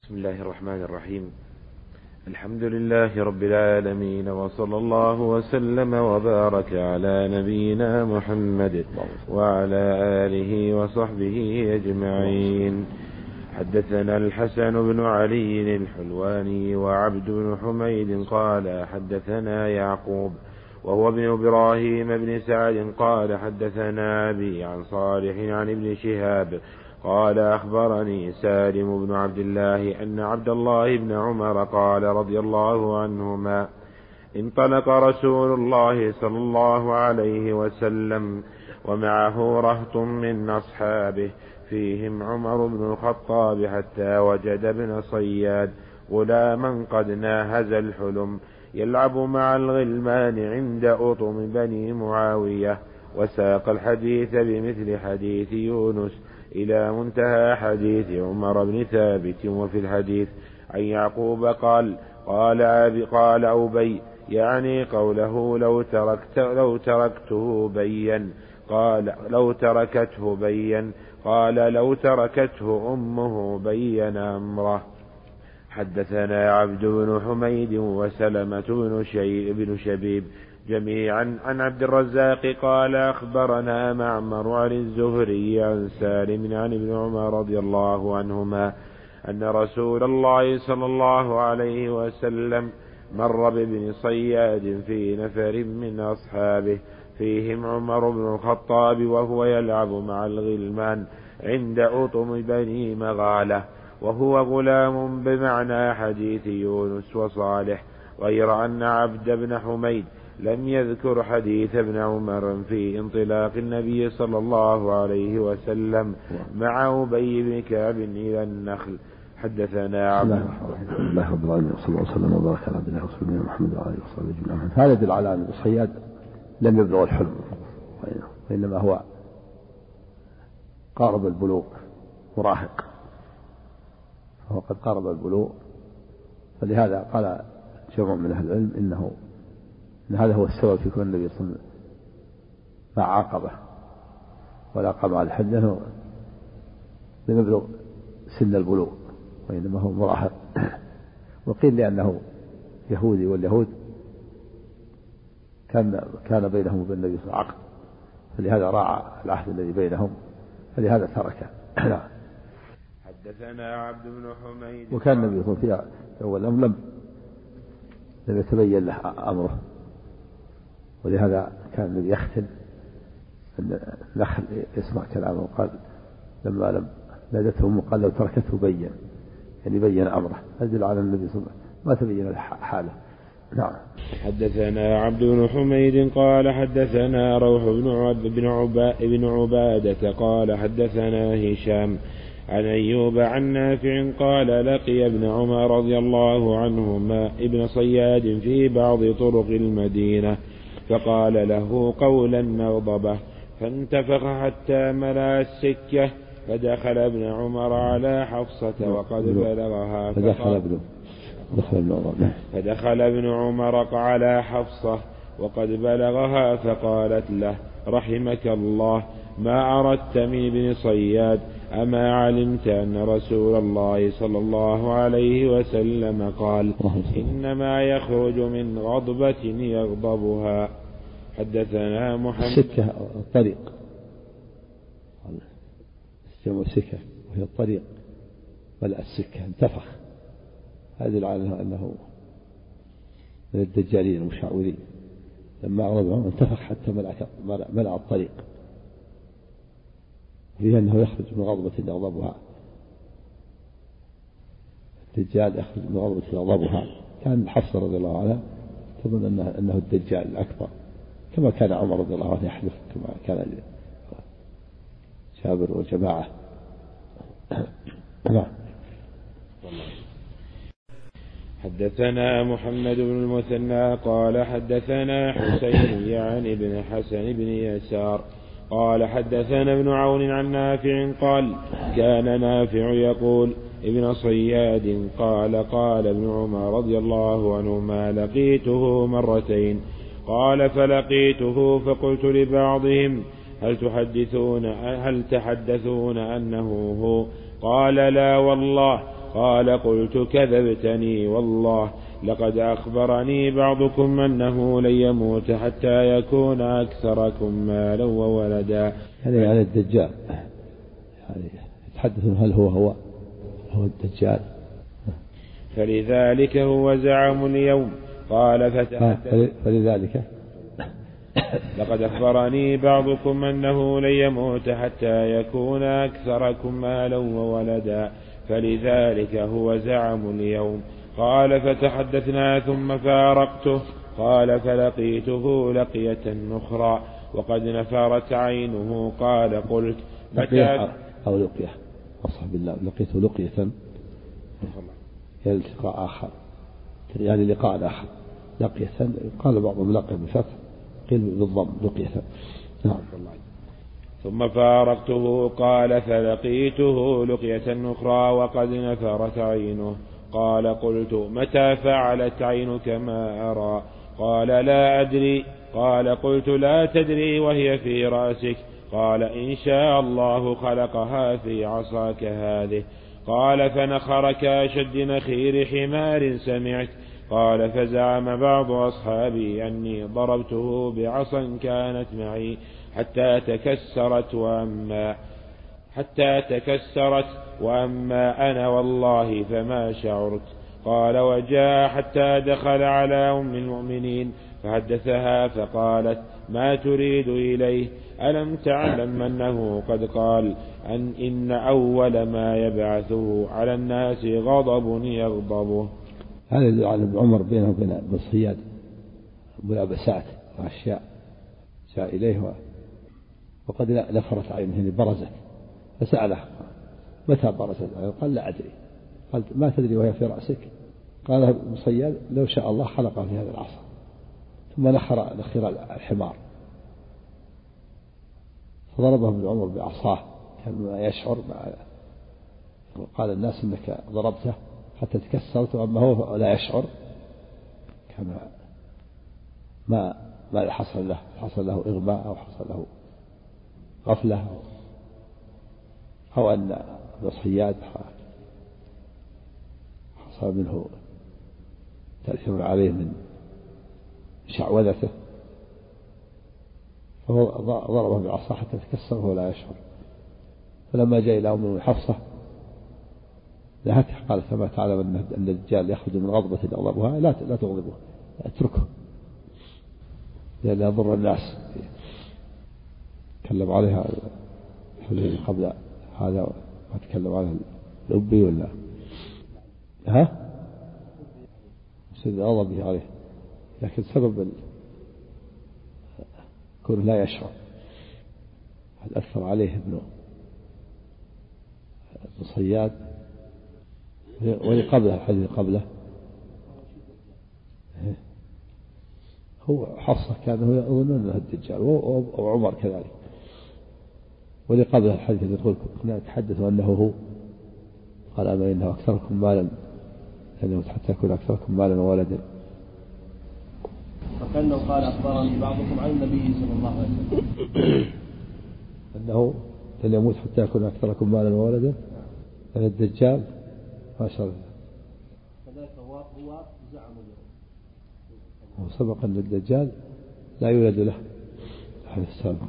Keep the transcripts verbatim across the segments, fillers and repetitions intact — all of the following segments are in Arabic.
بسم الله الرحمن الرحيم. الحمد لله رب العالمين، وصلى الله وسلم وبارك على نبينا محمد وعلى آله وصحبه أجمعين. حدثنا الحسن بن علي الحلواني وعبد بن حميد قال حدثنا يعقوب وهو ابن إبراهيم بن سعد قال حدثنا أبي عن صالح عن ابن شهاب قال أخبرني سالم بن عبد الله أن عبد الله بن عمر قال رضي الله عنهما: انطلق رسول الله صلى الله عليه وسلم ومعه رهط من أصحابه فيهم عمر بن الخطاب حتى وجد ابن صياد غلاما قد ناهز الحلم يلعب مع الغلمان عند أطم بني معاوية، وساق الحديث بمثل حديث يونس إلى منتهى حديث عمر بن ثابت. وفي الحديث عن يعقوب قال قال أبي قال أبي يعني قوله لو تركت لو تركته بين قال لو تركته بين قال لو تركته أمه بين أمره. حدثنا عبد بن حميد وسلمة بن, شي بن شبيب جميعا عن عبد الرزاق قال أخبرنا معمر عن الزهري عن سالم عن ابن عمر رضي الله عنهما أن رسول الله صلى الله عليه وسلم مر بابن صياد في نفر من أصحابه فيهم عمر بن الخطاب وهو يلعب مع الغلمان عند أطم بني مغالة، وهو غلام بمعنى حديث يونس وصالح، غير أن عبد بن حميد لم يذكر حديث ابن عمر في انطلاق النبي صلى الله عليه وسلم مع أبي بن كعب إلى النخل. حدثنا عبد الله رب العالمين صلى الله عليه وسلم وبارك على عبده ورسوله محمد وعلى اله وصحبه اجمعين. هذا يدل على ان الصياد لم يبلغ الحلم، وانما هو قارب البلوغ مراهق، فهو قد قارب البلوغ، فلهذا قال جمع من اهل العلم انه إن هذا هو السبب في كون النبي صلى الله عليه وسلم ما عاقبه ولا قام على الحد، لأنه لم يبلغ سن البلوغ وإنما هو مراهق. وقيل لأنه يهودي، واليهود كان كان بينهم وبين النبي صلى الله عليه وسلم عقد، فلهذا راعى العهد الذي بينهم، فلهذا تركه. حدثنا عبد بن حميد. وكان النبي صلى الله عليه وسلم في أول الأمر لم لم يتبين له أمره، ولهذا كان الذي يختل النخل يسمع كلامه، وقال لما لم نادته أمه قال لو تركته بين، يعني بين أمره، يدل على النبي صلى الله عليه وسلم ما تبين حاله. نعم. حدثنا عبد بن حميد قال حدثنا روح بن عبد بن عبا بن عبادة قال حدثنا هشام عن أيوب عن نافع قال لقي ابن عمر رضي الله عنهما ابن صياد في بعض طرق المدينة فقال له قولا مغضبة فانتفخ حتى ملأ السكة، فدخل ابن عمر على حفصة وقد بلغها فدخل ابن فدخل ابن عمر على حفصة وقد بلغها فقالت له رحمك الله ما أردت من ابن صياد، أما علمت أن رسول الله صلى الله عليه وسلم قال إنما يخرج من غضبة يغضبها. حدثنا محمد. السكة الطريق، السكة السكة وهي الطريق، ملأ السكة انتفخ، هذا يدل على أنه من الدجالين المشعوذين، لما أغضبهم انتفخ حتى ملأ الطريق، فيه أنه يخرج من غضبة يغضبها، الدجال يخرج من غضبة يغضبها. كان حفصة رضي الله عنها تظن أنه, أنه الدجال الأكبر، كما كان عمر رضي الله عنه يحلف، كما كان جابر وجماعة. حدثنا محمد بن المثنى قال حدثنا حسين يعني بن حسن بن يسار قال حدثنا ابن عون عن نافع قال كان نافع يقول ابن صياد قال قال ابن عمر رضي الله عنهما لقيته مرتين قال فلقيته فقلت لبعضهم هل تحدثون هل تحدثون أنه هو؟ قال لا والله قال قلت كذبتني والله لقد أخبرني بعضكم أنه لن يموت حتى يكون أكثركم مالا وولدا. يعني على الدجال يعني يتحدثون هل هو هو هو الدجال. فلذلك هو زعم اليوم. قال فتحدث فلذلك لقد أخبرني بعضكم أنه لن يموت حتى يكون أكثركم مالا وولدا فلذلك هو زعم اليوم. قال فتحدثنا ثم فارقته. قال فلقيته لقية أخرى وقد نفرت عينه. قال قلت لقية أو لقية أصحب الله لقيته لقية يلتقى آخر يعني لقاء آخر لقية قال بعضهم لقية بالفتح قيل بالضم لقية. نعم. ثم فارقته. قال فلقيته لقية أخرى وقد نفرت عينه. قال قلت متى فعلت عينك ما أرى؟ قال لا أدري. قال قلت لا تدري وهي في رأسك؟ قال إن شاء الله خلقها في عصاك هذه. قال فنخر كأشد نخير حمار سمعت. قال فزعم بعض أصحابي أني ضربته بعصا كانت معي حتى تكسرت وأما حتى تكسرت وأما أنا والله فما شعرت. قال وجاء حتى دخل على أم المؤمنين فحدثها فقالت ما تريد إليه؟ ألم تعلم أنه قد قال أن إن أول ما يبعثه على الناس غضب يغضبه. هذا يدل على ابن عمر بينه وبين ابن صياد ملابسات وأشياء جاء إليه وقد نفرت عينه يعني برزت فسأله متى برزت؟ قال لا أدري. قال ما تدري وهي في رأسك؟ قال ابن صياد لو شاء الله خلقها في هذا العصر. ثم نخر نخير الحمار فضربه ابن عمر بعصاه كان ما يشعر ما قال الناس إنك ضربته حتى تكسرت وأما هو لا يشعر كما ما ما حصل له حصل له إغماء أو حصل له غفلة أو أن الصياد حصل منه تأثير عليه من شعوذته فهو ضربه بعصا حتى تكسر وهو لا يشعر. فلما جاء إلى أم حفصة نهته قالت فما تعلم أن الدجال يخرج من غضبة أغضبها لا لا تغضبه اتركه لأن يضر الناس. تكلم عليها قبل هذا ما تكلم عليها الأبي ولا ها سيد غضبه عليه لكن سبب كونه لا يشعر هل أثر عليه ابن صياد واللي قبله الحديث قبله هو حصة كان يظن أنه الدجال وعمر كذلك. واللي قبله الحديث يقول كنا نتحدث أنه هو قال أما إنه أكثركم مالا لأنه حتى يكون أكثركم مالا وولدا. فكأنه قال أخبرني بعضكم عن النبي صلى الله عليه وسلم أنه لن يموت حتى يكون أكثركم مالا وولدا أن الدجال ما شاء الله فذلك هو هو زعم اليوم وسبق أن الدجال لا يولد له هذا السابق.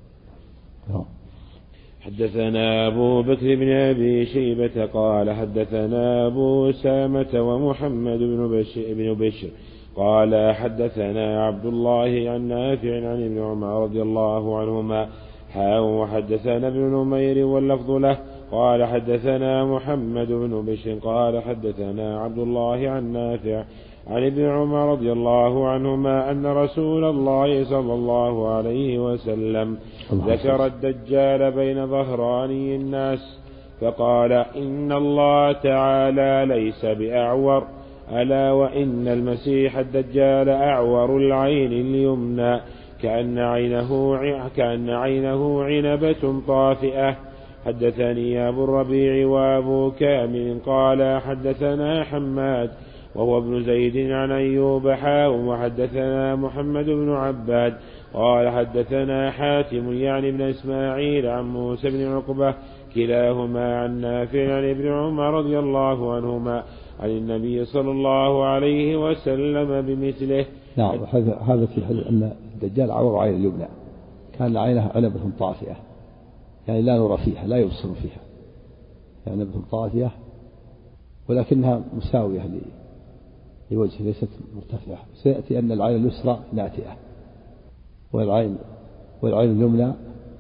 حدثنا أبو بكر بن أبي شيبة قال حدثنا أبو أسامة ومحمد بن بشر, بن بشر قال حدثنا عبد الله عن نافع عن ابن عمر رضي الله عنهما حاو وحدثنا ابن نمير واللفظ له قال حدثنا محمد بن بشر قال حدثنا عبد الله عن نافع عن ابن عمر رضي الله عنهما أن رسول الله صلى الله عليه وسلم ذكر الدجال بين ظهراني الناس فقال إن الله تعالى ليس بأعور ألا وإن المسيح الدجال أعور العين اليمنى كأن عينه كأن عينه عنبة طافئة. حدثني أبو الربيع وأبو كامل قال حدثنا حماد وهو ابن زيد عن أيوب حاء وحدثنا محمد بن عباد قال حدثنا حاتم يعني ابن إسماعيل عن موسى بن عقبة كلاهما عن نافع عن ابن عمر رضي الله عنهما عن النبي صلى الله عليه وسلم بمثله. نعم. هذا في حديث أن الدجال عور عين اليمنى، كان عينها عنبة طافئة، يعني لا نور فيها، لا يبصر فيها، يعني عنبة طافئة ولكنها مساوية لوجه، ليست مرتفعة. سيأتي أن العين اليسرى ناتئة، والعين والعين اليمنى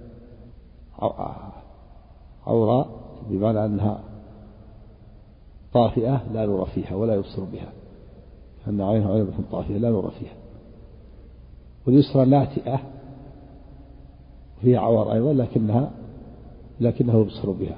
عوراء، بمعنى أنها طافئة لا نور فيها ولا يبصر بها، أن عينها عنبة طافئة لا نور فيها. واليسرى ناتئة فيها عور أيضا، لكنها لكنه يبصر بها.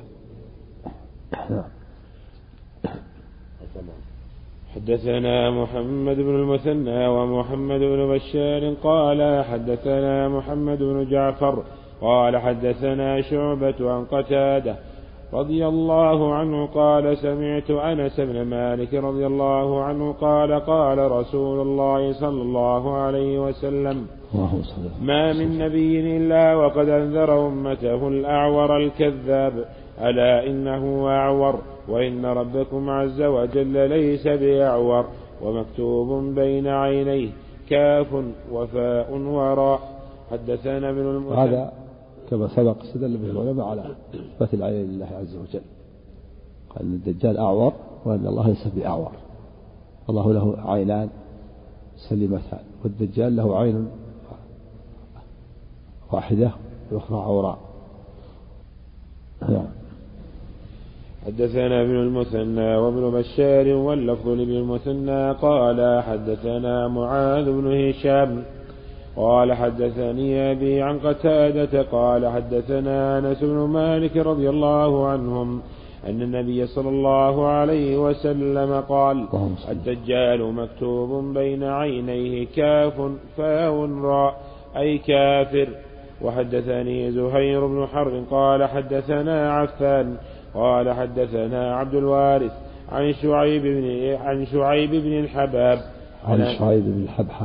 حدثنا محمد بن المثنى ومحمد بن بشار قال حدثنا محمد بن جعفر قال حدثنا شعبة عن قتادة رضي الله عنه قال سمعت أنس بن مالك رضي الله عنه قال قال رسول الله صلى الله عليه وسلم ما من نبي إلا وقد أنذر أمته الأعور الكذاب ألا إنه أعور وإن ربكم عز وجل ليس بأعور ومكتوب بين عينيه كاف وفاء وراء. حدثنا ابن المثنى. هذا كما سبق استدل به العلماء على إثبات العين لله عز وجل، قال أن الدجال أعور وأن الله ليس بأعور، الله له عينان سليمتان، والدجال له عين واحدة وأخرى عوراء. حدثنا ابن المثنى وابن بشار واللفظ لابن المثنى قال حدثنا معاذ بن هشام قال حدثني أبي عن قتادة قال حدثنا أنس بن مالك رضي الله عنهم أن النبي صلى الله عليه وسلم قال الدجال مكتوب بين عينيه كاف فاء راء أي كافر. وحدثني زهير بن حرب قال حدثنا عفان قال حدثنا عبد الوارث عن شعيب بن عن شعيب بن الحباب عن شعيب بن الحبحاب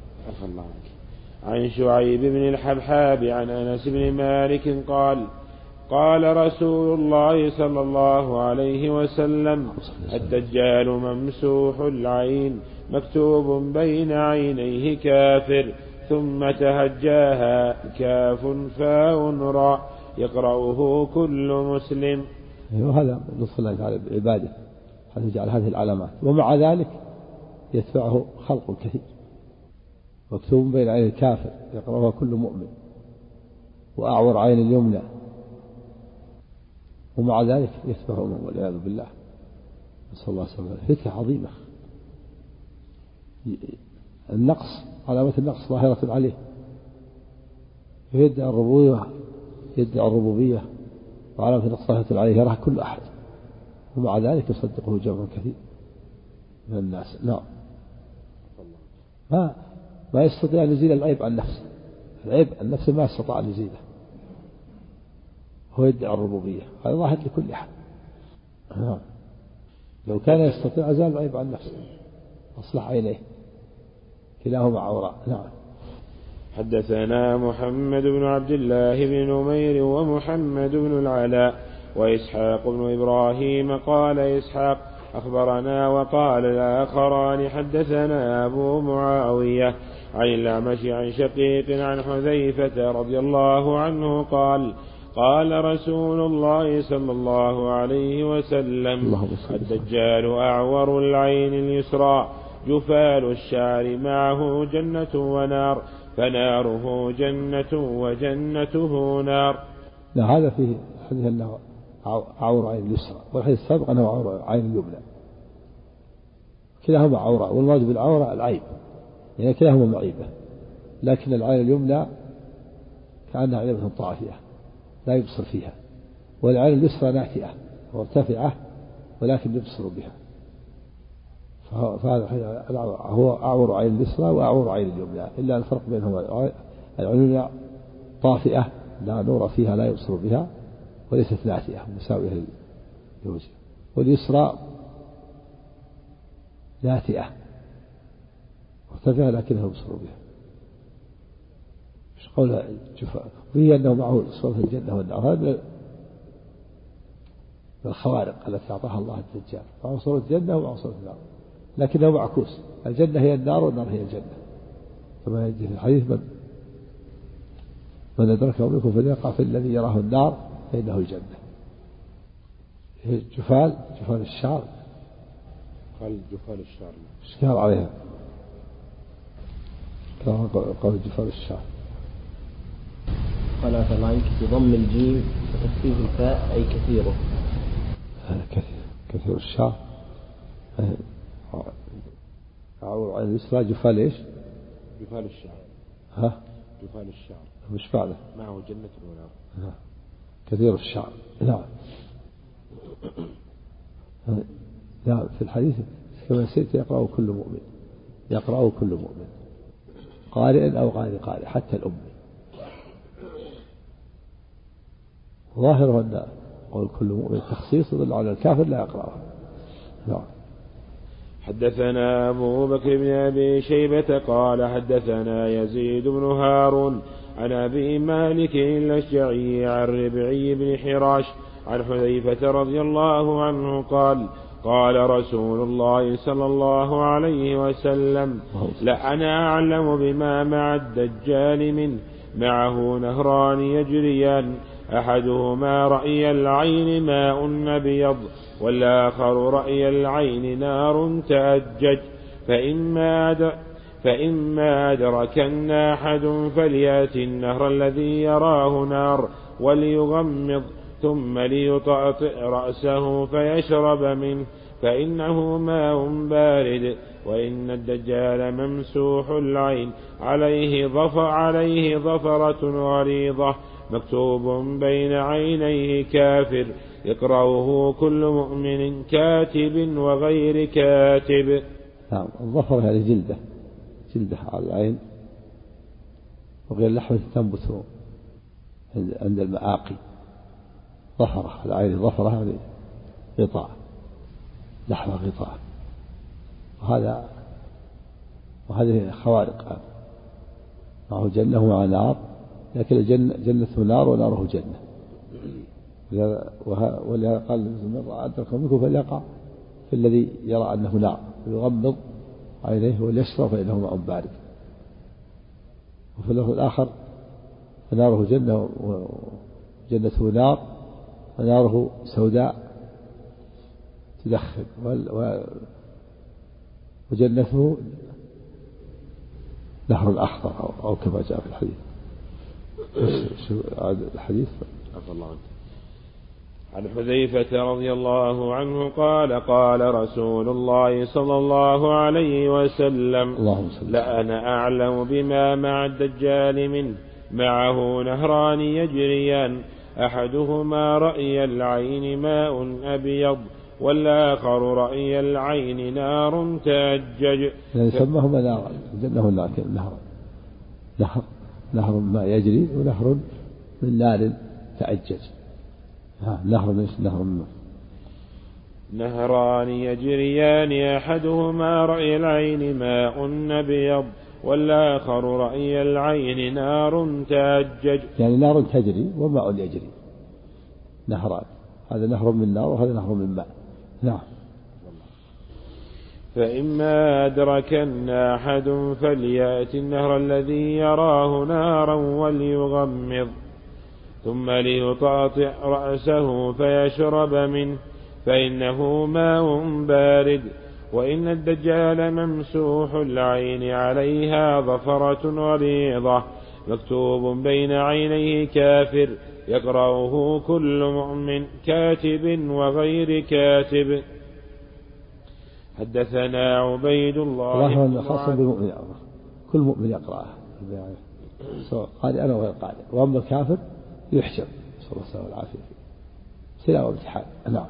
عن شعيب بن الحبحاب عن أنس بن مالك قال قال رسول الله صلى الله عليه وسلم الدجال ممسوح العين مكتوب بين عينيه كافر ثم تهجاها كاف فاء راء يقرأه كل مسلم. وهذا نص الله تعالى بعباده حتى يجعل هذه العلامات، ومع ذلك يتبعه خلق كثير. مكتوب بين عين الكافر يقرأها كل مؤمن، وأعور عين اليمنى، ومع ذلك يتبعه من والعياذ بالله، نسأل الله السلامة. فتنة عظيمة. النقص علامة النقص ظاهرة عليه، يدعي الربوبية يدعي الربوبية وعلامة النقص ظاهرة عليه يراها كل أحد، ومع ذلك يصدقه جمع كثير من الناس. نعم. ما ما يستطيع أن يزيل العيب عن نفسه، العيب عن نفسه ما استطاع أن يزيله، هو يدعي الربوبية، هذا ظاهر لكل أحد. نعم. لو كان يستطيع أزال العيب عن نفسه أصلح عينيه، كلاهما عوراء. نعم. حدثنا محمد بن عبد الله بن نمير ومحمد بن العلاء وإسحاق بن إبراهيم قال إسحاق أخبرنا وقال الآخران حدثنا أبو معاوية عن الأعمش عن شقيق عن حذيفة رضي الله عنه قال قال رسول الله صلى الله عليه وسلم الدجال أعور العين اليسرى جفال الشعر معه جنة ونار فناره جنة وجنته نار. لا، هذا فيه حديث أنه عور عين اليسرى، والحديث السابق أنه عور عين اليمنى، كلاهما عورة، والمراد بالعورة العيب، يعني كلاهما معيبة، لكن العين اليمنى كأنها عينة طافية لا يبصر فيها، والعين اليسرى ناتئة مرتفعة ولكن يبصر بها، فهذا هو أعور عين اليسرى وأعور عين اليمنى، إلا الفرق بينهما العين طافئة لا نور فيها لا يبصر بها، وليست ناتئة مساوية للوجه، واليسرى ناتئة مرتفعة لكنها يبصر بها. مش قولها جفاء، وهي أنه معه صورة الجنة والنار، هذا بالخوارق التي أعطاها الله الدجال، معه صورة الجنة ومعه صورة النار، لكنه معكوس، الجنة هي النار والنار هي الجنة، كما يجي في الحديث: من من أدركه منكم فليقع في الذي يراه النار فإنه الجنة. جفال جفال الشعر، قال جفال الشعر اشكال عليها قال جفال الشعر. قال عفى الله عنك بضم الجيم وتخفيف الفاء أي كثيره. كثير كثير الشعر. أعور عن اليسرى جفال إيش؟ جفال الشعر. ها؟ جفال الشعر مش بعده معه جنة ونار. نعم. كثير الشعر. نعم. نعم. في الحديث كما سيأتي يقرأه كل مؤمن، يقرأه كل مؤمن قارئ أو غير قارئ حتى الأم. ظاهره أن قول كل مؤمن تخصيص يدل على الكافر لا يقرأه. نعم. حدثنا أبو بكر بن أبي شيبة قال حدثنا يزيد بن هارون عن أبي مالك الأشجعي عن ربعي بن حراش عن حذيفة رضي الله عنه قال قال رسول الله صلى الله عليه وسلم: لأنا أعلم بما مع الدجال منه، معه نهران يجريان، أحدهما رأي العين ماء أبيض، والآخر رأي العين نار تأجج، فإما أدرك, فإما أدركن أحد فليأتي النهر الذي يراه نار وليغمض، ثم ليطأطئ رأسه فيشرب منه، فإنه ماء بارد. وإن الدجال ممسوح العين، عليه ظفر عليه ظفرة غليظة، مكتوب بين عينيه كافر، يقرأه كل مؤمن كاتب وغير كاتب. نعم. الظفر هذه جلدة جلدة على العين، وغير لحمة تنبت عند المعاقي. ظفرة العين، ظفرة هذه غطاء، لحمة غطاء، وهذا وهذه خوارق. معه جنة ومع نار، لكن الجنة جنته نار وناره جنة. ولهذا قال من أدرك منكم فليقع في الذي يرى أنه نار، ويغمض عينيه وليشرب فإنه ماء بارد. وفي اللفظ الآخر: فناره جنة وجنته نار، فناره سوداء تدخن، وجنته نهر أخضر، أو كما جاء في الحديث. الحديث عفى الله عنك. عن حذيفة رضي الله عنه قال قال رسول الله صلى الله عليه وسلم: لأنا أعلم بما مع الدجال منه، معه نهران يجريان، أحدهما رأي العين ماء أبيض، والآخر رأي العين نار تأجج. يعني سماهما نارا، جنه لكن نهر نهر نهر ما يجري، ونهر من نار تأجج. نهر من نهر من نهران يجريان، أحدهما رأي العين ماء أبيض، والآخر رأي العين نار تأجج. يعني نار تجري وماء يجري، نهران، هذا نهر من نار وهذا نهر من ماء. نعم. فإما أدركن أحد فليأتي النهر الذي يراه نارا وليغمض، ثم ليطأطئ رأسه فيشرب منه، فإنه ماء بارد. وإن الدجال ممسوح العين، عليها ظفرة غليظة، مكتوب بين عينيه كافر، يقرأه كل مؤمن كاتب وغير كاتب. حدثنا عبيد الله خاصة بالمؤمن، كل مؤمن يقرأه، سواء قارئ أو غير قارئ. وأما الكافر يحشر، صلى الله عليه وسلم، سلام وامتحان. نعم.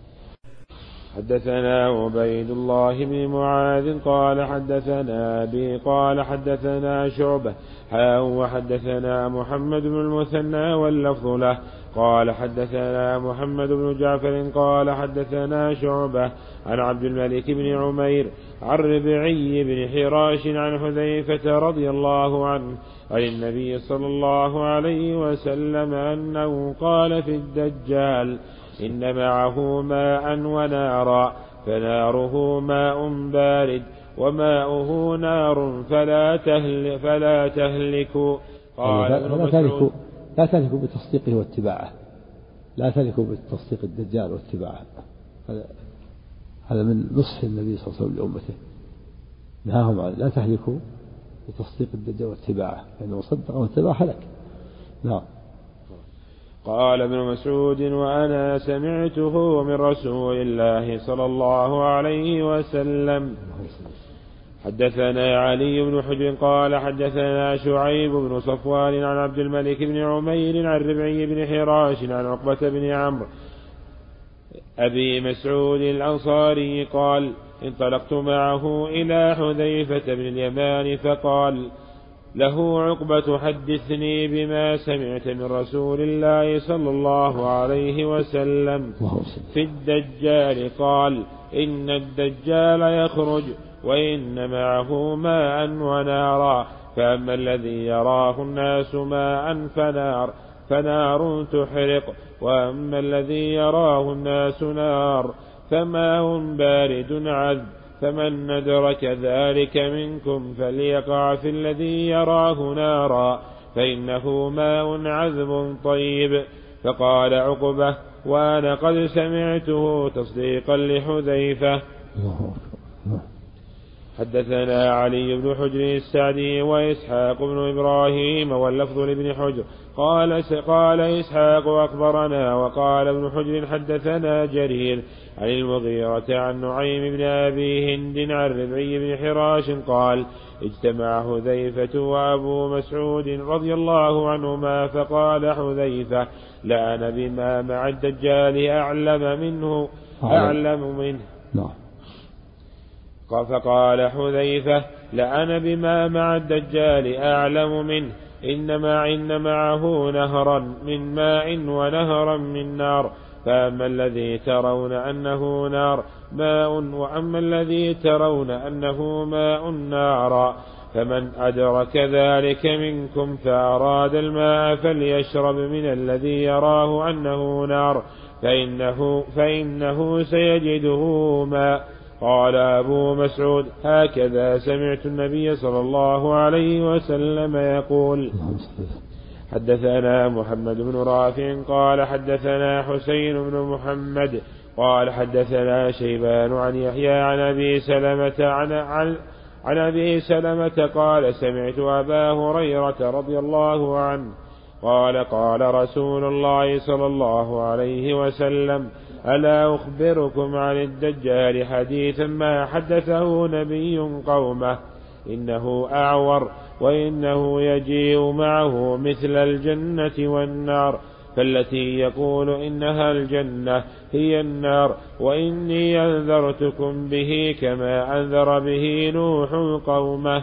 حدثنا عبيد الله بن معاذ قال حدثنا أبي قال حدثنا شعبة وحدثنا محمد بن المثنى واللفظ له قال حدثنا محمد بن جعفر قال حدثنا شعبة عن عبد الملك بن عمير عن ربعي بن حراش عن حذيفة رضي الله عنه عن النبي صلى الله عليه وسلم أنه قال في الدجال: إن معه ماء ونارا فناره ماء بارد وماؤه نار فلا تهلك فلا تهلكوا. قال لا تهلكوا لا تهلكوا بتصديقه واتباعه، لا تهلكوا بتصديق الدجال واتباعه. هذا هذا من نصح النبي صلى الله عليه وسلم لأمته، نهاهم عن لا تهلكوا بتصديق الدجال واتباعه، لأنه صدق واتباع هلك. نعم. قال ابن مسعود وأنا سمعته من رسول الله صلى الله عليه وسلم. حدثنا علي بن حجر قال حدثنا شعيب بن صفوان عن عبد الملك بن عمير عن ربعي بن حراش عن عقبة بن عمرو أبي مسعود الأنصاري قال انطلقت معه إلى حذيفة بن اليمان فقال له عقبة حدثني بما سمعت من رسول الله صلى الله عليه وسلم في الدجال. قال إن الدجال يخرج وإن معه ماء ونارا، فأما الذي يراه الناس ماء فنار فنار تحرق، وأما الذي يراه الناس نار فماء بارد عذب، فمن ندرك ذلك منكم فليقع في الذي يراه نارا فإنه ماء عذب طيب. فقال عقبة وأنا قد سمعته تصديقا لحذيفة. حدثنا علي بن حجر السعدي وإسحاق بن إبراهيم واللفظ لابن حجر قال قال إسحاق أخبرنا وقال ابن حجر حدثنا جرير عن المغيرة عن نعيم بن أبي هند عن ربعي بن حراش قال اجتمع حذيفة وأبو مسعود رضي الله عنهما فقال حذيفة لأنا بما مع الدجال أعلم منه أعلم منه فقال حذيفة لأنا بما مع الدجال أعلم منه، إنما إن معه نهرا من ماء ونهرا من نار، فأما الذي ترون أنه نار ماء، وأما الذي ترون أنه ماء نارا، فمن أدرك ذلك منكم فأراد الماء فليشرب من الذي يراه أنه نار فإنه, فإنه سيجده ماء. قال أبو مسعود هكذا سمعت النبي صلى الله عليه وسلم يقول. حدثنا محمد بن رافع قال حدثنا حسين بن محمد قال حدثنا شيبان عن يحيى عن أبي سلمة عن, عن, عن أبي سلمة قال سمعت أبا هريرة رضي الله عنه قال قال رسول الله صلى الله عليه وسلم ألا أخبركم عن الدجال حديثا ما حدثه نبي قومه، إنه أعور وإنه يجيء معه مثل الجنة والنار، فالتي يقول إنها الجنة هي النار، وإني أنذرتكم به كما أنذر به نوح قومه.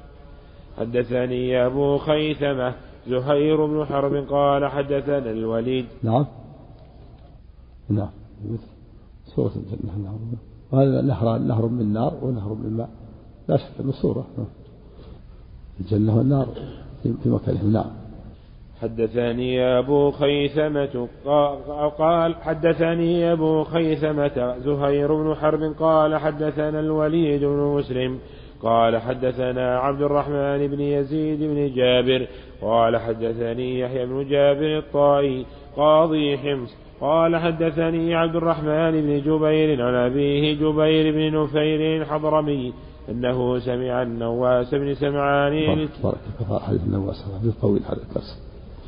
حدثني أبو خيثمة زهير بن حرب قال حدثنا الوليد. نعم نعم سورة الجنة. نعم. وهذا نهر نهر من نار ونهر من ماء، لا شك أنه سورة الجنة والنار في مكانهم. نعم. حدثني أبو خيثمة قال حدثني أبو خيثمة زهير بن حرب قال حدثنا الوليد بن مسلم قال حدثنا عبد الرحمن بن يزيد بن جابر قال حدثني يحيى بن جابر الطائي قاضي حمص قال حدثني عبد الرحمن بن جبير عن أبيه جبير بن نفير الحضرمي أنه سمع النواس بن سمعان. بارك الله حديث النواس هذا طويل هذا الدرس.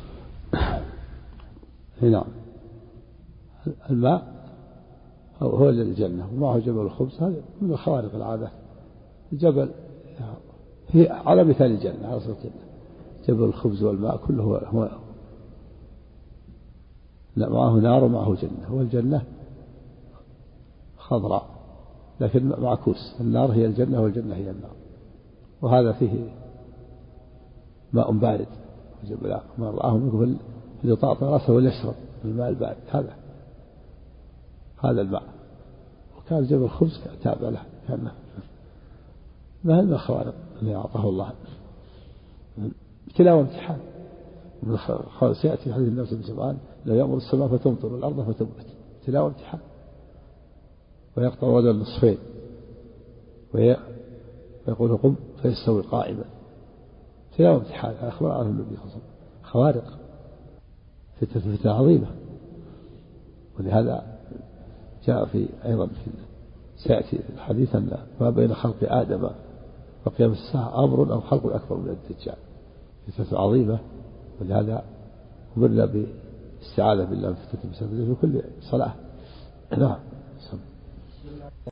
نعم. الماء هو الجنة ومعه جبل الخبز، هذا من خوارق العادة. الجبل هي على مثال الجنة، على صورة الجنة، جبل الخبز والماء كله هو, هو لا معه نار ومعه جنة، والجنة خضراء لكن معكوس، النار هي الجنة والجنة هي النار، وهذا فيه ماء بارد. جبل ما رآه منكم فليطاطا رأسه وليشرب الماء البارد، هذا هذا الماء. وكان جبل الخبز تابع له، كان ما هذا الخوارق اللي أعطاه الله. ابتلاء وامتحان. سيأتي حديث النبي صلى الله عليه وسلم لا يأمر السماء فتمطر والأرض فتنبت، ابتلاء وامتحان، ويقطع الرجل نصفين ويقول قم فيستوي قائما، ابتلاء وامتحان. أخبر عنه النبي صلى الله عليه وسلم خوارق، فتنة فتنة عظيمة. ولهذا جاء في أيضا في سيأتي الحديث أن ما بين خلق آدم وقيام الساعة أمر أو خلق أكبر من الدجال، فتنة عظيمة. ولهذا أمرنا بالاستعاذة بالله من فتنة المسافرين في كل صلاة. نعم.